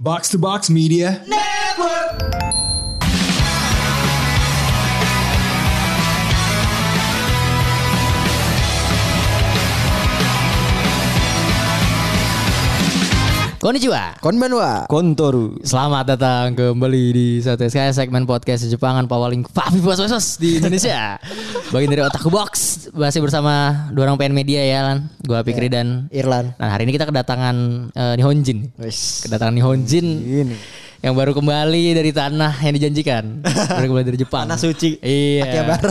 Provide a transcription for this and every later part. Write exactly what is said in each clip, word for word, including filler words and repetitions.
Box to Box Media Network. Konnichiwa, Konbanwa, Kontoru. selamat datang kembali di satu S K S segmen podcast Jepangan paling Fafi Bos di Indonesia. Bagian dari Otaku Box, masih bersama dua orang P N Media ya, Lan. Gua Fikri ya, dan Irlan. Nah, hari ini kita kedatangan uh, Nihonjin. Wish. Kedatangan Nihonjin Ini. yang baru kembali dari tanah yang dijanjikan. Baru kembali dari Jepang. Tanah suci. Iya. Akihabara.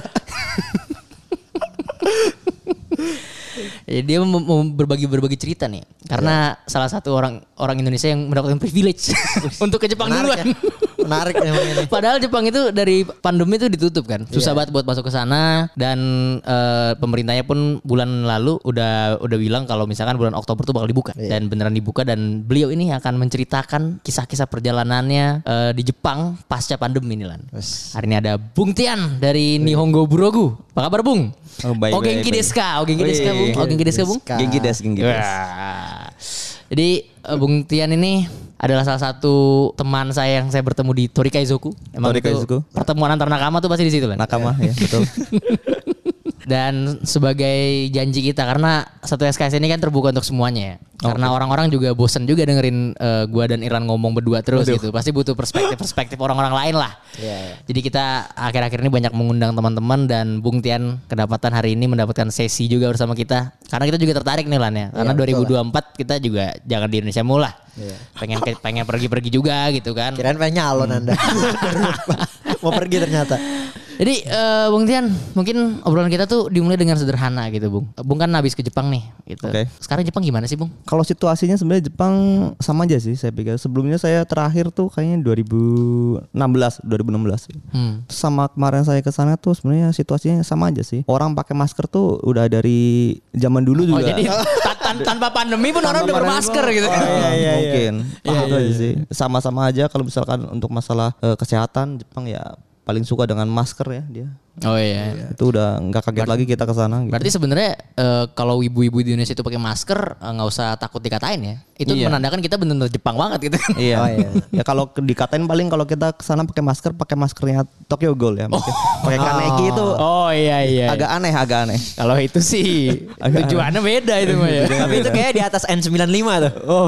Ya, dia mau, mau berbagi berbagi cerita nih, karena ya. salah satu orang orang Indonesia yang mendapatkan privilege untuk ke Jepang Menarik duluan. Ya. Menarik memang ini. Padahal Jepang itu dari pandemi itu ditutup kan, susah ya. banget buat masuk ke sana dan uh, pemerintahnya pun bulan lalu udah udah bilang kalau misalkan bulan Oktober tuh bakal dibuka ya. Dan beneran dibuka, dan beliau ini akan menceritakan kisah-kisah perjalanannya uh, di Jepang pasca pandemi ini, Lan. Yes. Hari ini ada Bung Tian dari Nihongo Burogu. Apa kabar, Bung? Oh, baik, O Genki baik, desu ka? O Genki desu ka, Bung? O Genki desu ka, Bung? Genki desu, genki desu. Wah. Jadi uh, Bung Tian ini adalah salah satu teman saya yang saya bertemu di Torikaizoku. Emang Torikaizoku. itu pertemuan antar nakama tuh pasti di situ, Lan. Nakama ya, betul. Dan sebagai janji kita, karena satu S K S ini kan terbuka untuk semuanya ya. Karena okay. orang-orang juga bosan juga dengerin uh, gua dan Irlan ngomong berdua terus. Aduh. Gitu. Pasti butuh perspektif-perspektif orang-orang lain lah. Yeah, yeah. Jadi kita akhir-akhir ini banyak mengundang teman-teman, dan Bung Tian kedapatan hari ini mendapatkan sesi juga bersama kita. Karena kita juga tertarik nih, Lan ya. Karena yeah, dua ribu dua puluh empat kita juga jangan di Indonesia mulu lah. Yeah. Pengen pengen pergi-pergi juga gitu kan. Kirain pengen nyalon hmm. Anda. Mau pergi ternyata. Jadi uh, Bung Tian, mungkin obrolan kita tuh dimulai dengan sederhana gitu, Bung. Bung kan habis ke Jepang nih gitu. Okay. Sekarang Jepang gimana sih, Bung? Kalau situasinya sebenarnya Jepang sama aja sih saya pikir. Sebelumnya saya terakhir tuh kayaknya dua ribu enam belas. Hmm. Sama kemarin saya ke sana tuh sebenarnya situasinya sama aja sih. Orang pakai masker tuh udah dari zaman dulu juga. Oh, jadi tan- tanpa pandemi pun orang udah bermasker gitu. Oh, iya, iya, iya. mungkin. Iya, iya, aja iya. sih. Sama-sama aja kalau misalkan untuk masalah uh, kesehatan, Jepang ya paling suka dengan masker ya dia. Oh iya. Itu udah nggak kaget Ber- lagi kita ke sana. Gitu. Berarti sebenarnya uh, kalau ibu-ibu di Indonesia itu pakai masker nggak uh, usah takut dikatain ya. Itu iya. menandakan kita benar-benar Jepang banget gitu. Iya. Oh, iya. Ya kalau dikatain paling kalau kita ke sana pakai masker, pakai maskernya Tokyo Ghoul ya. Oh. Pakai kaneki itu. Oh iya iya. Agak aneh, agak aneh. Kalau itu sih tujuannya beda itu mah ya. Tapi itu kayak di atas N sembilan puluh lima tuh. Oh.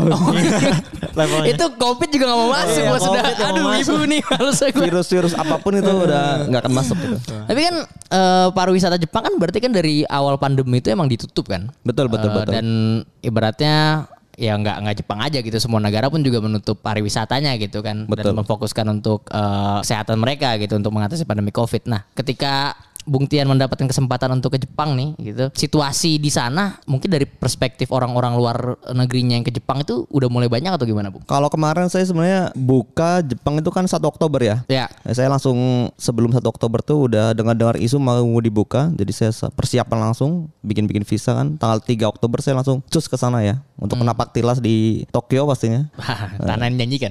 Itu Covid juga nggak mau masuk. Iya, sudah. Aduh ibu nih harus virus-virus apapun itu udah nggak akan masuk gitu. Tapi kan uh, pariwisata Jepang kan berarti kan dari awal pandemi itu emang ditutup kan? Betul betul uh, betul. Dan ibaratnya ya nggak nggak Jepang aja gitu, semua negara pun juga menutup pariwisatanya gitu kan. Betul. Dan memfokuskan untuk uh, kesehatan mereka gitu untuk mengatasi pandemi Covid. Nah, ketika Bung Tian mendapatkan kesempatan untuk ke Jepang nih gitu. Situasi di sana mungkin dari perspektif orang-orang luar negerinya yang ke Jepang itu udah mulai banyak atau gimana, Bu? Kalau kemarin saya sebenarnya buka Jepang itu kan satu Oktober ya. Ya. Saya langsung sebelum satu Oktober tuh udah dengar-dengar isu mau dibuka. Jadi saya persiapan langsung bikin-bikin visa kan. Tanggal tiga Oktober saya langsung cus ke sana ya untuk hmm. napak tilas di Tokyo pastinya. Tanah yang janjikan.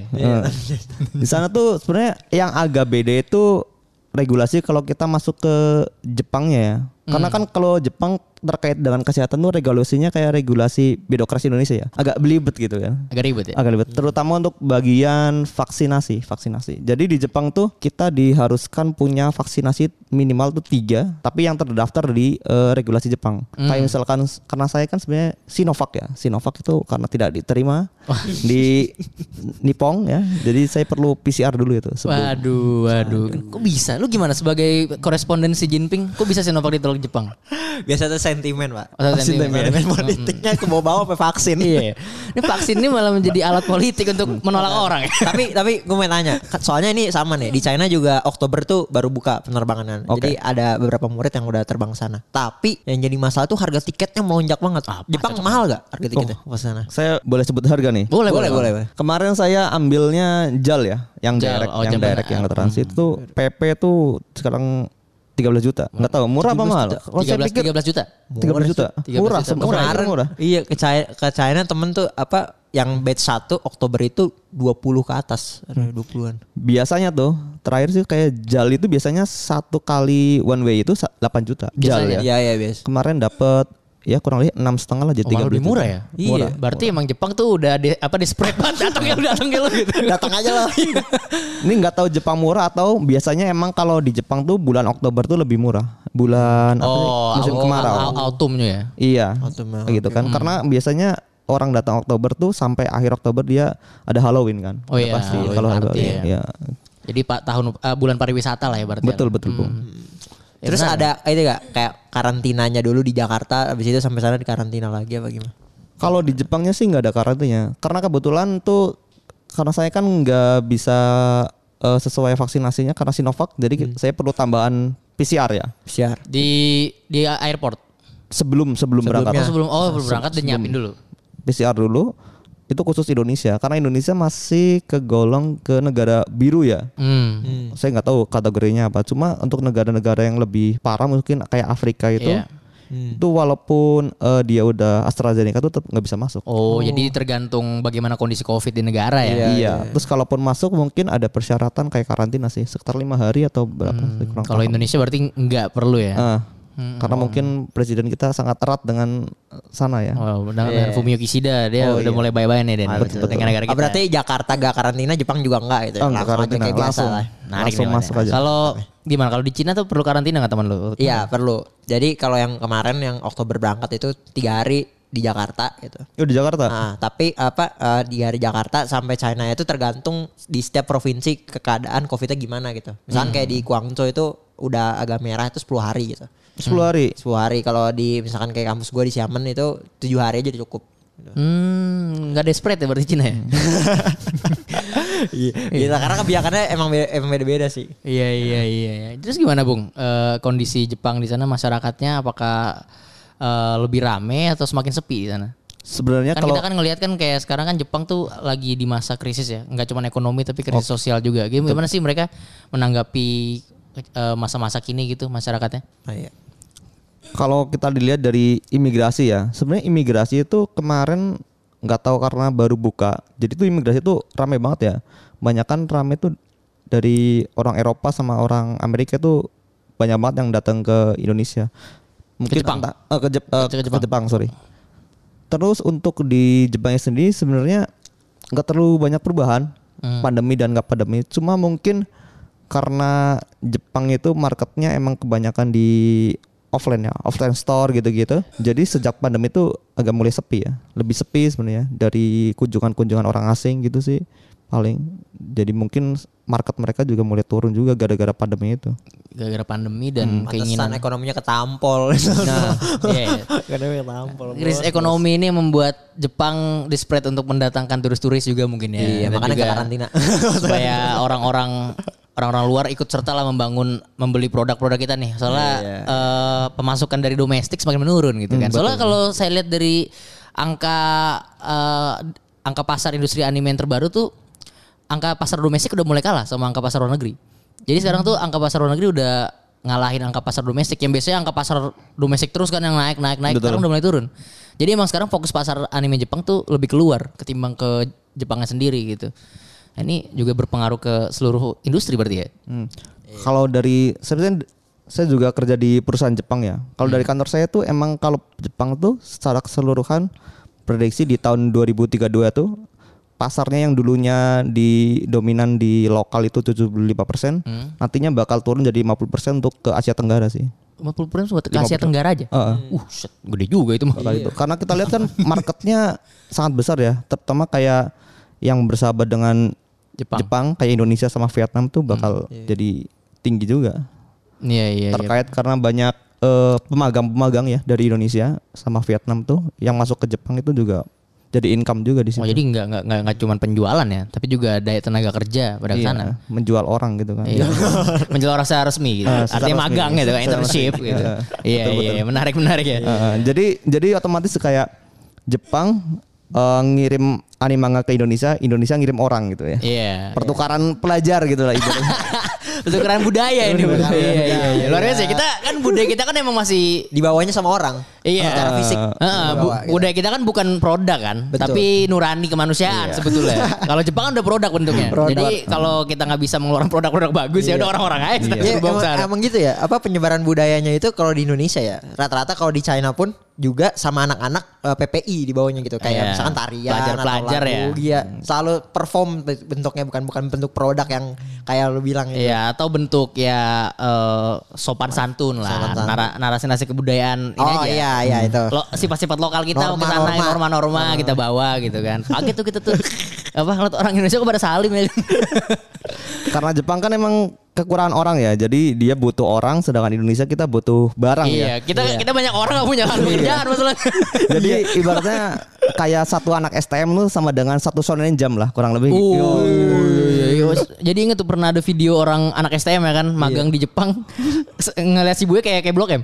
Di sana tuh sebenarnya yang agak beda itu regulasi kalau kita masuk ke Jepangnya ya. Karena kan kalau Jepang terkait dengan kesehatan tuh regulasinya kayak regulasi birokrasi Indonesia ya. Agak belibet gitu ya. Agak ribet ya? Agak ribet. Terutama untuk bagian vaksinasi. Vaksinasi. Jadi di Jepang tuh kita diharuskan punya vaksinasi minimal tuh tiga. Tapi yang terdaftar di uh, regulasi Jepang. Hmm. Kayak misalkan karena saya kan sebenarnya Sinovac ya. Sinovac itu karena tidak diterima di Nippon ya. Jadi saya perlu P C R dulu itu. Sebelum. Waduh, waduh. Kok bisa? Lu gimana sebagai koresponden Xi Jinping? Kok bisa Sinovac ditolak Jepang? Biasa tuh sentimen, Pak. Oh, sentimen. Sentimen politiknya ke bawah-bawah sampai vaksin. Iya. Ini vaksin ini malah menjadi alat politik untuk menolak orang. tapi tapi gue mau tanya, soalnya ini sama nih. Di China juga Oktober tuh baru buka penerbangan. Okay. Jadi ada beberapa murid yang udah terbang sana. Tapi yang jadi masalah tuh harga tiketnya melonjak banget. Ah, Jepang mahal gak harga tiketnya oh, ke sana? Saya boleh sebut harga nih? Boleh, boleh, boleh. boleh. Kemarin saya ambilnya J A L ya, yang J A L, direct, oh, yang direct, yang transit hmm. tuh P P tuh sekarang tiga belas juta. Enggak tahu murah apa mahal? Oh, saya pikir tiga belas juta. tiga belas juta. Murah, murah, murah. Iya, ke China, ke China temen tuh apa yang batch satu Oktober itu dua puluh ke atas, dua puluhan. Biasanya tuh terakhir sih kayak J A L itu biasanya satu kali one way itu delapan juta. Biasanya. J A L ya. Iya, iya, biasa. Kemarin dapat ya kurang lebih enam setengah lah jadi Oh, tiga malah lebih murah ya? Iya. Berarti emang Jepang tuh udah di, apa di spread banget datang ya udah datang ya lu gitu. Datang aja lah. Ini nggak tahu Jepang murah atau biasanya emang kalau di Jepang tuh bulan Oktober tuh lebih murah. Bulan apa sih? Oh, Musim au- kemarau. au- autumnnya ya. Iya. Autumn, Kayak gitu kan. Karena biasanya orang datang Oktober tuh sampai akhir Oktober dia ada Halloween kan. Oh Udah iya, pasti Halloween kalau party Halloween. ya. Iya. Jadi Pak tahun uh, bulan pariwisata lah ya berarti. Betul betul Bu. Ya, Terus benar. ada itu gak kayak karantinanya dulu di Jakarta, habis itu sampai sana di karantina lagi apa gimana? Kalau di Jepangnya sih nggak ada karantinanya. Karena kebetulan tuh karena saya kan nggak bisa eh, sesuai vaksinasinya karena Sinovac, jadi saya perlu tambahan P C R ya. P C R. di di airport. Sebelum sebelum Sebelumnya. berangkat. Oh sebelum oh sebelum berangkat udah nyiapin dulu. P C R dulu. Itu khusus Indonesia karena Indonesia masih kegolong ke negara biru ya. Hmm. Saya nggak tahu kategorinya apa. Cuma untuk negara-negara yang lebih parah mungkin kayak Afrika itu, Iya. itu walaupun eh, dia udah AstraZeneca itu tetap nggak bisa masuk. Oh, jadi tergantung bagaimana kondisi Covid di negara ya. Iya. Terus kalaupun masuk mungkin ada persyaratan kayak karantina sih, sekitar lima hari atau berapa? Saya kurang Kalau paham. Indonesia berarti nggak perlu ya. Ah, karena mungkin presiden kita sangat erat dengan sana ya. Oh, dengan dengan Fumio Kishida dia Oh, udah iya. mulai bye-bye nih Den. Betul, betul. Dengan negara Ah, kita. berarti Jakarta gak karantina, Jepang juga enggak gitu. Oh, nggak langsung aja karantina, kayak biasa langsung. lah. Menarik langsung nih, Bang, masuk ya. aja. Kalau gimana kalau di Cina tuh perlu karantina nggak teman lu? Iya perlu. Jadi kalau yang kemarin yang Oktober berangkat itu tiga hari di Jakarta gitu. Yo di Jakarta. Nah, tapi apa eh, di hari Jakarta sampai China itu tergantung di setiap provinsi ke keadaan Covidnya gimana gitu. Misalnya kayak di Guangzhou itu udah agak merah itu sepuluh hari gitu. sepuluh hari. sepuluh hari kalau di misalkan kayak kampus gue di Xiamen itu tujuh hari aja udah cukup. Hmm, nggak desperate ya berarti Cina ya? Iya. Gitu, karena kebijakannya emang beda, emang beda-beda sih. Iya iya iya. iya. Terus gimana Bung? Eh, kondisi Jepang di sana masyarakatnya apakah eh, lebih rame atau semakin sepi di sana? Sebenarnya Kan kalau kita kan ngelihat kan kayak sekarang kan Jepang tuh lagi di masa krisis ya, nggak cuma ekonomi tapi krisis sosial juga. Gimana sih mereka menanggapi eh, masa-masa kini gitu masyarakatnya? Nah, iya. kalau kita dilihat dari imigrasi ya, sebenarnya imigrasi itu kemarin nggak tahu karena baru buka, jadi tuh imigrasi tuh rame banget ya. Banyak kan rame tuh dari orang Eropa sama orang Amerika tuh banyak banget yang datang ke Indonesia. Mungkin Jepang? entah- eh, ke, Jep- eh, Ke ke Jepang. Jepang. sorry. Terus untuk di Jepangnya sendiri sebenarnya nggak terlalu banyak perubahan, pandemi dan nggak pandemi. Cuma mungkin karena Jepang itu marketnya emang kebanyakan di offline ya, offline store gitu-gitu. Jadi sejak pandemi itu agak mulai sepi ya, lebih sepi sebenarnya dari kunjungan-kunjungan orang asing gitu sih paling. Jadi mungkin market mereka juga mulai turun juga gara-gara pandemi itu. Gara-gara pandemi dan Pantesan keinginan. ekonominya ketampol. Nah, iya, iya. Ekonominya ketampol. Krisis ekonomi ini membuat Jepang desperate untuk mendatangkan turis-turis juga mungkin ya. Iya, Dan makanya juga ke karantina. supaya orang-orang orang-orang luar ikut serta lah membangun membeli produk-produk kita nih. Soalnya Iya. eh, pemasukan dari domestik semakin menurun gitu kan. Soalnya kalau saya lihat dari angka eh, angka pasar industri anime yang terbaru tuh angka pasar domestik udah mulai kalah sama angka pasar luar negeri. Jadi sekarang tuh angka pasar luar negeri udah ngalahin angka pasar domestik. Yang biasanya angka pasar domestik terus kan yang naik naik naik, Betul. sekarang udah mulai turun. Jadi emang sekarang fokus pasar anime Jepang tuh lebih keluar ketimbang ke Jepangnya sendiri gitu. Nah, ini juga berpengaruh ke seluruh industri berarti ya. Hmm. Kalau dari sebenarnya saya juga kerja di perusahaan Jepang ya. Kalau dari kantor saya tuh emang kalau Jepang tuh secara keseluruhan prediksi di tahun dua ribu tiga puluh dua tuh pasarnya yang dulunya di dominan di lokal itu tujuh puluh lima persen, nantinya bakal turun jadi lima puluh persen untuk ke Asia Tenggara sih. lima puluh persen buat ke Asia Tenggara aja. Heeh. Uh, shit, gede juga itu mah. Bakal itu. Karena kita lihat kan marketnya sangat besar ya, terutama kayak yang bersahabat dengan Jepang. Jepang, kayak Indonesia sama Vietnam tuh bakal jadi tinggi juga. Iya iya iya. Terkait karena banyak eh, pemagang-pemagang ya dari Indonesia sama Vietnam tuh yang masuk ke Jepang itu juga jadi income juga di situ. Oh jadi nggak nggak nggak nggak cuma penjualan ya, tapi juga daya tenaga kerja pada Iya, sana. menjual orang gitu kan. Iya. Menjual orang secara resmi gitu. Ah, secara Artinya resmi. magang gitu kan, Secara internship resmi. gitu. Iya. Iya iya iya, menarik menarik ya. Heeh, jadi jadi otomatis kayak Jepang eh, ngirim anime manga ke Indonesia, Indonesia ngirim orang gitu ya. Iya. Pertukaran pelajar gitu lah ibaratnya. Pertukaran budaya ini. Pertukaran Iya iya budaya. iya. Luar biasa. Kita kan budaya kita kan emang masih Dibawanya sama orang. Iya. Secara fisik. Heeh, bu- Dibawa, gitu. budaya kita kan bukan produk kan, Betul. tapi nurani kemanusiaan sebetulnya. Kalau Jepang kan udah produk bentuknya. Produk. Jadi kalau kita nggak bisa mengeluarkan produk-produk bagus ya udah orang-orang aja kita Iya, suruh bawa emang, ke sana. emang gitu ya. Apa penyebaran budayanya itu kalau di Indonesia ya. Rata-rata kalau di China pun juga sama anak-anak uh, P P I di bawahnya gitu. Kayak Iya. misalkan tarian Pelajar-pelajar atau lagu. ya. Iya, selalu perform bentuknya bukan bukan bentuk produk yang kayak lu bilang gitu. Iya, atau bentuk ya eh, sopan santun lah, Sopan santun. Nara- narasi-narasi kebudayaan ini Oh aja. iya iya itu. Lo, sifat-sifat lokal kita Norma, ke sana, norma. norma-norma kita bawa gitu kan. Kaget tuh kita tuh. Apa ngeliat orang Indonesia kok pada salim ya. Karena Jepang kan emang kekurangan orang ya. Jadi dia butuh orang sedangkan Indonesia kita butuh barang Iya, ya. kita kita banyak orang gak punya kerjaan masalahnya. Jadi ibaratnya kayak satu anak S T M lu sama dengan satu shonen jam lah kurang lebih. Oh, iya, iya. Jadi inget tuh pernah ada video orang anak S T M ya kan magang di Jepang ngeliat si Buya kayak kayak Blok M.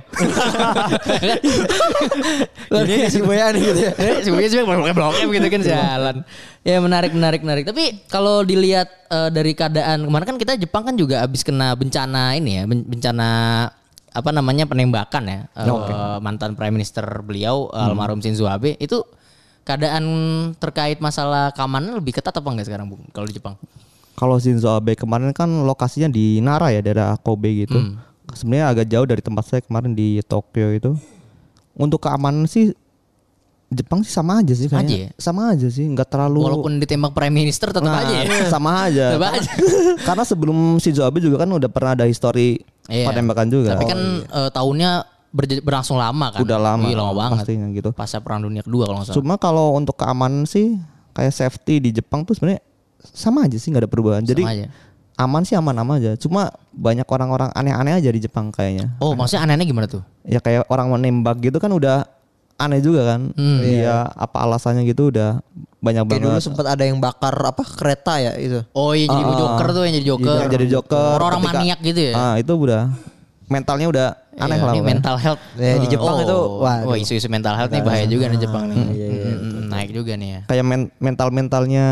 Ini si Boyan gitu ya. Si Buya sih kayak Blok M gitu kan jalan. Ya menarik menarik menarik. Tapi kalau dilihat eh, dari keadaan kemarin kan kita Jepang kan juga habis kena bencana ini ya, ben- bencana apa namanya penembakan ya. Eh, mantan Prime Minister beliau almarhum Shinzo Abe itu keadaan terkait masalah keamanan lebih ketat apa enggak sekarang, Bung? Kalau di Jepang? Kalau Shinzo Abe kemarin kan lokasinya di Nara ya, daerah Kobe gitu. Hmm. Sebenarnya agak jauh dari tempat saya kemarin di Tokyo itu. Untuk keamanan sih Jepang sih sama aja sih Sama kayaknya. aja ya? Sama aja sih, nggak terlalu. Walaupun ditembak Prime Minister tetap Nah, aja ya. sama aja. Tetap karena, aja. karena sebelum Shinzo Abe juga kan udah pernah ada histori Iya. penembakan juga. Tapi kan eh, tahunnya berj- berlangsung lama kan. Udah lama, Iya, lama banget. pastinya gitu. Pasca Perang Dunia Kedua kalau nggak salah. Cuma kalau untuk keamanan sih kayak safety di Jepang tuh sebenarnya sama aja sih, nggak ada perubahan. Jadi Sama aja. aman sih aman-aman aja. Cuma banyak orang-orang aneh-aneh aja di Jepang kayaknya. Oh, maksudnya aneh-aneh gimana tuh? Ya kayak orang menembak gitu kan udah aneh juga kan. Hmm. Iya, apa alasannya gitu udah banyak Kayak dulu banget. sempat ada yang bakar apa kereta ya itu. Oh iya jadi Ah, joker tuh yang jadi joker. Yang jadi joker. Orang-orang ketika- maniak gitu ya. Ah, itu udah mentalnya udah aneh Iya, lah. ini pokoknya. mental health. Ya, di Jepang Oh, itu, waduh. wah isu-isu mental health nih bahaya juga nih Jepang nih. iya, iya. Mm, mm, naik juga nih ya. Kayak men- mental-mentalnya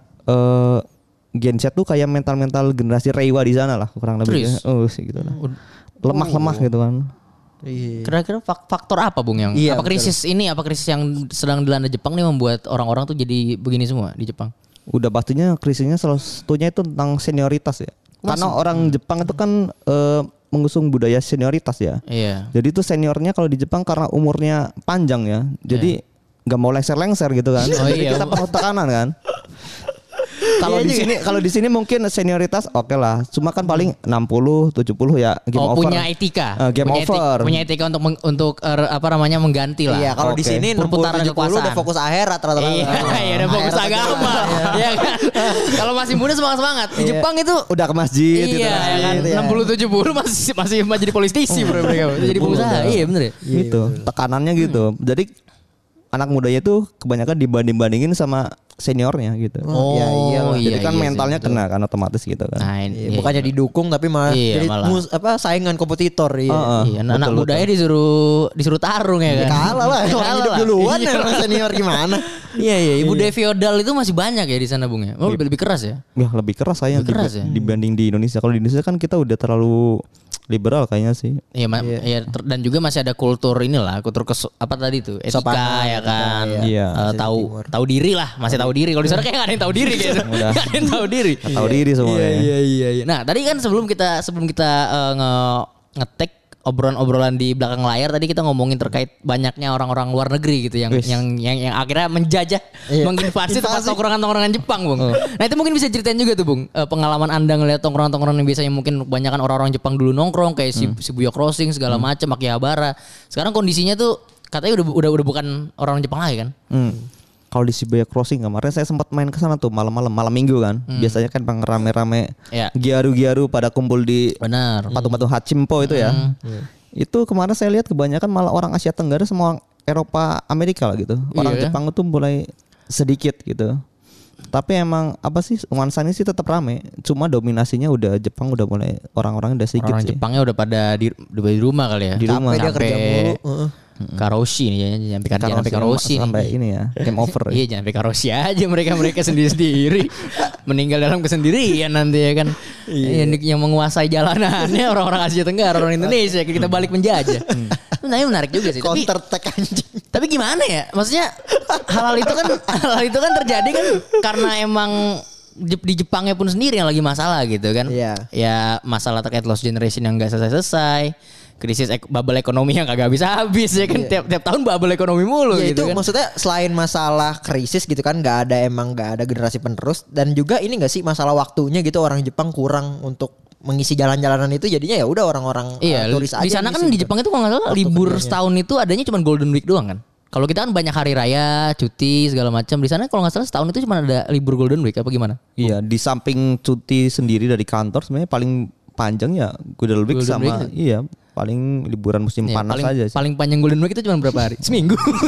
eh Gen Z tuh kayak mental-mental generasi Reiwa di sana lah kurang lebih. Serius? Ya. Oh, sih gitu lah. Lemah-lemah gitu kan. Iya. Kira-kira fak- faktor apa Bung yang Iya, apa krisis ini apa krisis yang sedang dilanda Jepang nih membuat orang-orang tuh jadi begini semua di Jepang? Udah pastinya krisisnya salah satunya itu tentang senioritas ya. Karena orang Jepang itu kan eh, mengusung budaya senioritas ya. Iya. Jadi itu seniornya kalau di Jepang karena umurnya panjang ya. Jadi nggak mau lengser-lengser gitu kan. Oh Jadi iya. kita penuh tekanan kan. Kalau di sini kalau di sini mungkin senioritas oke lah. Cuma kan paling enam puluh, tujuh puluh ya game Oh over. punya etika, Eh, game punya etik- over. punya etika untuk meng- untuk er, apa namanya mengganti lah. Iya, kalau di Oke. sini enam puluh Perputaran tujuh puluh udah kekuasaan. fokus akhirat rata-rata. Iya, iya udah fokus Akhirat agama. Iya kan. Kalau masih muda semangat semangat. Di Iya. Jepang itu Udah ke masjid gitu iya kan. kan Iya. enam puluh tujuh puluh masih masih masih jadi politisi bro mereka. Jadi pengusaha. Iya bener ya. Gitu. Tekanannya gitu. Jadi anak mudanya tuh kebanyakan dibanding-bandingin sama seniornya gitu. Oh, iya, iya. Jadi kan iya mentalnya sih, kena kan otomatis gitu kan. Nah, ini, Iya, bukannya didukung tapi malah Iya, jadi malah. mus- apa saingan kompetitor iya. Heeh. Iya, anak betul, mudanya disuruh disuruh tarung ya kan. Kalah lah, Ya, orang kalah hidup lah. duluan Iya. ya orang senior gimana? Iya iya, ibu budaya feodal itu masih banyak ya di sana Bung ya. Oh, lebih, lebih keras ya. Ya lebih keras saya Lebih keras diba- ya? dibanding di Indonesia. Kalau di Indonesia kan kita udah terlalu liberal kayaknya sih. Iya, ma- iya, ter- dan juga masih ada kultur inilah, kultur kes, apa tadi tuh? Etika Sopanan, ya kan. etika, iya. Eh, tahu tahu diri lah, masih tahu diri. Kalau di sana kayak gak ada yang tahu diri gitu. Udah. Gak ada yang tahu diri. Tahu diri semuanya. Iya iya iya. Nah, tadi kan sebelum kita sebelum kita eh, nge ngetek obrolan-obrolan di belakang layar tadi kita ngomongin terkait banyaknya orang-orang luar negeri gitu yang Wis. yang yang yang akhirnya menjajah Iya. menginvasi tempat Invasi. tongkrongan-tongkrongan Jepang, Bung. Nah, itu mungkin bisa ceritain juga tuh, Bung. Eh, pengalaman Anda ngelihat tongkrongan-tongkrongan yang biasanya mungkin kebanyakan orang-orang Jepang dulu nongkrong kayak si Shibuya Crossing segala macam, Akihabara. Sekarang kondisinya tuh katanya udah udah udah bukan orang Jepang lagi kan? Hmm. Kalau di Shibuya Crossing kemarin saya sempat main ke sana tuh malam-malam malam minggu kan. Biasanya kan bang rame-rame Iya. giaru-giaru pada kumpul di Benar. patung-patung Hachimpo itu ya. Itu kemarin saya lihat kebanyakan malah orang Asia Tenggara sama orang Eropa Amerika lah gitu. Orang Iya. Jepang itu mulai sedikit gitu. Tapi emang apa sih nuansanya sih tetap rame. Cuma dominasinya udah Jepang udah mulai orang-orang udah sedikit Orang sih. Jepangnya udah pada di, udah di rumah kali ya. Di rumah. Capek dia kerja mulu. Heeh. Karoshi nih jangan sampai jangan sampai Karoshi sampai nih. ini ya game over. Iya jangan sampai Karoshi aja mereka-mereka sendiri-sendiri meninggal dalam kesendirian nanti ya kan. Yang, yang menguasai jalanannya orang-orang Asia Tenggara, orang Indonesia kita balik menjajah. Nah, ini menarik juga sih. Tapi Counter attack anjing. tapi gimana ya? Maksudnya hal-hal itu kan hal itu kan terjadi kan karena emang Jep- di Jepangnya pun sendiri yang lagi masalah gitu kan. Iya. Ya masalah terkait lost generation yang gak selesai-selesai. krisis ek- bubble ekonomi yang kagak habis-habis ya kan tiap tiap tahun bubble ekonomi mulu Ya gitu itu kan. maksudnya selain masalah krisis gitu kan nggak ada emang nggak ada generasi penerus dan juga ini nggak sih masalah waktunya gitu orang Jepang kurang untuk mengisi jalan-jalanan itu jadinya ya udah orang-orang Iya, uh, turis aja di sana yang kan ngisi di gitu. Jepang itu kalau nggak salah Waktu libur kerjanya. setahun itu adanya cuma Golden Week doang kan. Kalau kita kan banyak hari raya, cuti segala macam. Di sana kalau nggak salah setahun itu cuma ada libur Golden Week apa gimana? Iya, di samping cuti sendiri dari kantor sebenarnya paling panjang ya Golden Week Golden sama Week. iya paling liburan musim Ya, panas paling, aja sih. paling panjang Golden Week itu cuma berapa hari? Seminggu.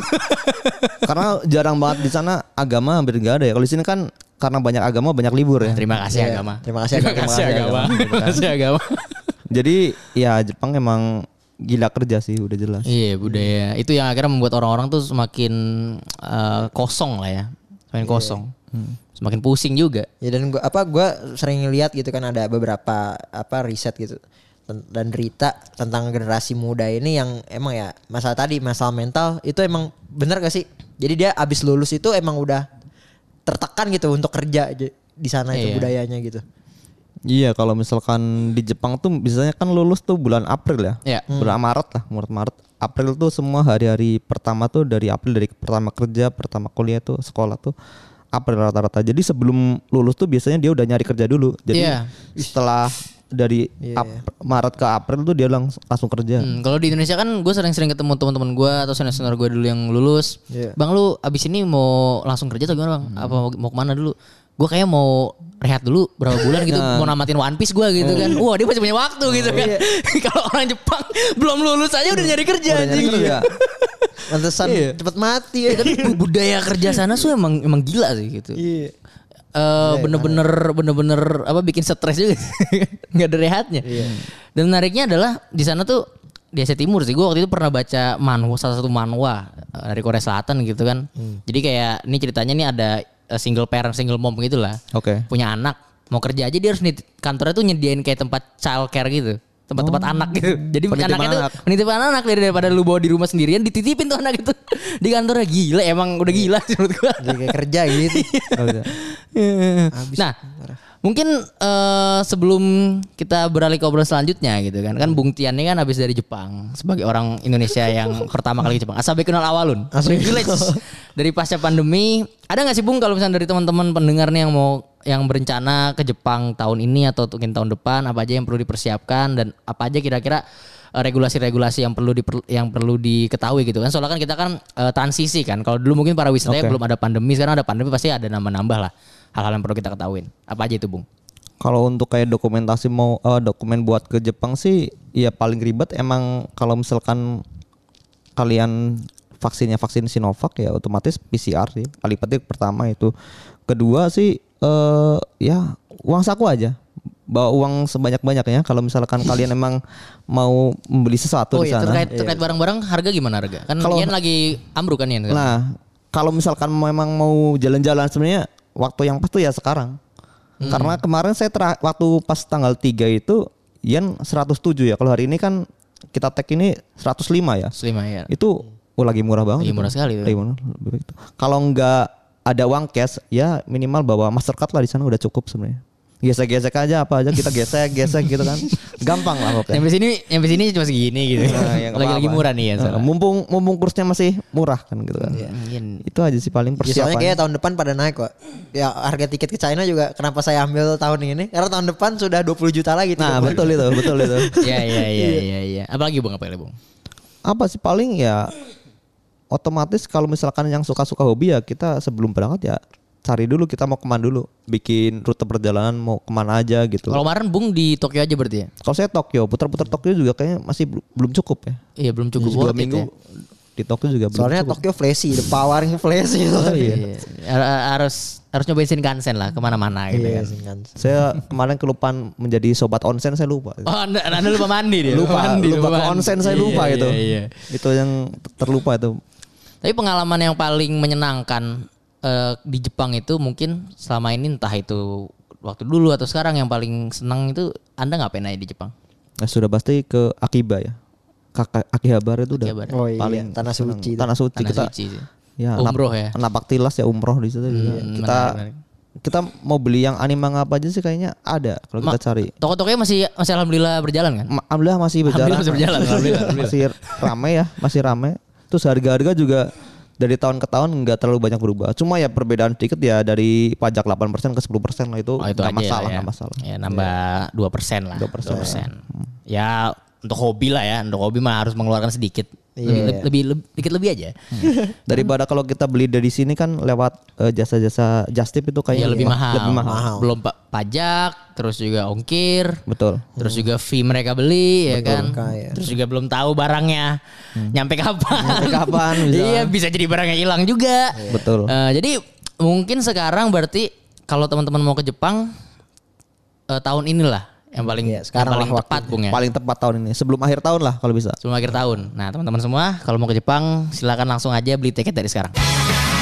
Karena jarang banget di sana agama hampir nggak ada ya. Kalau di sini kan karena banyak agama banyak libur ya. Terima kasih Iya, agama. terima kasih Terima agama. kasih agama. Terima kasih agama. Jadi ya Jepang emang gila kerja sih udah jelas. Iya budaya itu yang akhirnya membuat orang-orang tuh semakin eh, kosong lah ya, semakin kosong, semakin pusing juga. Ya dan gua apa gua sering lihat gitu kan ada beberapa apa riset gitu ten- dan berita tentang generasi muda ini yang emang ya masalah tadi masalah mental itu emang benar gak sih? Jadi dia abis lulus itu emang udah tertekan gitu untuk kerja aja di sana itu Iya. budayanya gitu. Iya kalau misalkan di Jepang tuh biasanya kan lulus tuh bulan April ya. Iya. Bulan Maret lah, Maret Maret. April tuh semua hari-hari pertama tuh dari April dari pertama kerja, pertama kuliah tuh sekolah tuh April rata-rata. Jadi sebelum lulus tuh biasanya dia udah nyari kerja dulu. Jadi Iya. setelah dari Iya. Ap- Maret ke April tuh dia langs- langsung kerja. Hmm, kalau di Indonesia kan gue sering-sering ketemu teman-teman gue atau senior-senior gue dulu yang lulus. Iya. Bang lu abis ini mau langsung kerja atau gimana bang? Apa mau, mau kemana dulu? Gue kayaknya mau rehat dulu berapa bulan gitu, mau namatin One Piece gue gitu kan. Wah dia masih punya waktu gitu kan. Kalau orang Jepang belum lulus aja udah nyari kerja. Udah nyari anjing. kerja. Pantesan Iya. cepet mati ya. Tapi bu- budaya kerja sana tuh emang emang gila sih gitu. Iya. Eh, bener-bener bener-bener apa bikin stres juga nggak ada rehatnya. Dan menariknya adalah di sana tuh di Asia Timur sih gue waktu itu pernah baca manhwa salah satu manhwa eh, dari Korea Selatan gitu kan. Jadi kayak ini ceritanya nih ada eh, single parent single mom gitu lah. Oke. Punya anak mau kerja aja dia harus nit- kantornya tuh nyediain kayak tempat child care gitu. Tempat-tempat anak gitu. Jadi Penitipan anaknya anak. tuh penitipan anak dari daripada lu bawa di rumah sendirian dititipin tuh anak itu di kantornya gila emang udah gila sih menurut gue. Jadi kayak kerja gitu. Oh, gitu. Nah, mungkin eh, sebelum kita beralih ke obrolan selanjutnya gitu kan, kan Bung Tian ini kan habis dari Jepang sebagai orang Indonesia yang pertama kali ke Jepang. Asabe kenal awalun, privilege dari pasca pandemi. Ada nggak sih Bung kalau misalnya dari teman-teman pendengar nih yang mau yang berencana ke Jepang tahun ini atau mungkin tahun depan, apa aja yang perlu dipersiapkan dan apa aja kira-kira eh, regulasi-regulasi yang perlu diper- yang perlu diketahui gitu kan. Soalnya kan kita kan eh, transisi kan. Kalau dulu mungkin para wisata Oke. belum ada pandemi, sekarang ada pandemi pasti ada nambah-nambah lah hal-hal yang perlu kita ketahuin. Apa aja itu, Bung? Kalau untuk kayak dokumentasi mau eh, dokumen buat ke Jepang sih ya paling ribet emang kalau misalkan kalian vaksinnya vaksin Sinovac ya otomatis P C R sih paling penting pertama itu. Kedua sih eh ya uang saku aja. Bawa uang sebanyak-banyaknya kalau misalkan kalian emang mau membeli sesuatu Oh di iya, sana. terkait terkait barang-barang harga gimana harga? Kan Kalau- Yen lagi ambruk kan Yen kan? Nah, kalau misalkan memang mau jalan-jalan sebenarnya waktu yang pas tuh ya sekarang. Hmm. Karena kemarin saya tera- waktu pas tanggal tiga itu yen seratus tujuh ya. Kalau hari ini kan kita tag ini seratus lima ya. Selima ya. Itu oh, lagi murah banget. Lagi itu. murah sekali itu. Lagi murah, lebih baik itu. Kalau nggak ada uang cash ya minimal bawa Mastercard lah di sana udah cukup sebenarnya. Gesek-gesek aja apa aja kita gesek-gesek gitu kan. Gampang lah pokoknya. Nyampe sini, nyampe sini cuma segini gitu. Nah, ya nggak Lagi-lagi apa-apa. murah nih ya. Nah, mumpung mumpung kursnya masih murah kan gitu kan. Yen. Itu aja sih paling Ya, soalnya persiapan. kayak tahun depan pada naik kok. Ya harga tiket ke China juga kenapa saya ambil tahun ini? Karena tahun depan sudah dua puluh juta lagi. Nah, tiket. betul itu, betul itu. Iya iya iya iya iya. Apalagi Bung, apa lagi Bung? Apa sih paling ya otomatis kalau misalkan yang suka-suka hobi ya kita sebelum berangkat ya cari dulu kita mau kemana dulu, bikin rute perjalanan mau kemana aja gitu. Kalau kemarin Bung di Tokyo aja berarti ya? Kalau saya Tokyo, putar-putar Tokyo juga kayaknya masih bel- belum cukup ya. Iya belum cukup Dua worth it minggu ya. di Tokyo juga belum Soalnya cukup. Tokyo flashy, the powernya flashy. Oh, iya. Iya. Har- Harus harus nyobain Shinkansen lah kemana-mana gitu Iya, kan. sih kan. Saya kemarin kelupaan menjadi sobat onsen saya lupa. Oh, anda, anda lupa mandi dia. Lupa, mandi, lupa ke mandi. onsen saya lupa Iya, itu. Iya, iya. Itu yang terlupa itu. Tapi pengalaman yang paling menyenangkan eh, di Jepang itu mungkin selama ini entah itu waktu dulu atau sekarang yang paling senang itu Anda ngapain aja di Jepang? Nah, sudah pasti ke Akiba ya. Kakak Akihabara itu udah Akihabara. Oh iya, paling tanah senang. suci itu. Tanah suci Tanah kita. suci sih. Ya, Umroh nap- ya. Napak tilas ya umroh di situ juga. Hmm, Kita menarik, menarik. kita mau beli yang anime manga apa aja sih kayaknya ada kalau kita Ma- cari. Toko-tokonya masih masih alhamdulillah berjalan kan? Ma- Alhamdulillah masih berjalan. Alhamdulillah masih berjalan, alhamdulillah, alhamdulillah. Masih rame ya, masih rame. Terus harga-harga juga dari tahun ke tahun nggak terlalu banyak berubah. Cuma ya perbedaan sedikit ya dari pajak delapan persen ke sepuluh persen lah itu Oh, itu nggak aja masalah, ya. nggak masalah. Ya nambah dua persen lah. dua persen. dua persen. Ya untuk hobi lah ya, untuk hobi mah harus mengeluarkan sedikit. Lebih, Iya. lebih, lebih, lebih- dikit lebih aja. Daripada kalau kita beli dari sini kan lewat eh, jasa-jasa Justip itu Ya kayaknya lebih mahal. Lebih mahal. Mahal. Belum pa- pajak, terus juga ongkir, Betul. terus juga fee mereka beli ya kan. kayak. Terus juga belum tahu barangnya nyampe kapan. Nyampe kapan bisa. Iya, bisa jadi barangnya hilang juga. Betul. Eh, jadi mungkin sekarang berarti kalau teman-teman mau ke Jepang eh, tahun inilah yang paling Iya, sekarang yang paling lah tepat Bung ya. Paling tepat tahun ini sebelum akhir tahun lah kalau bisa. Sebelum akhir tahun. Nah, teman-teman semua kalau mau ke Jepang silakan langsung aja beli tiket dari sekarang.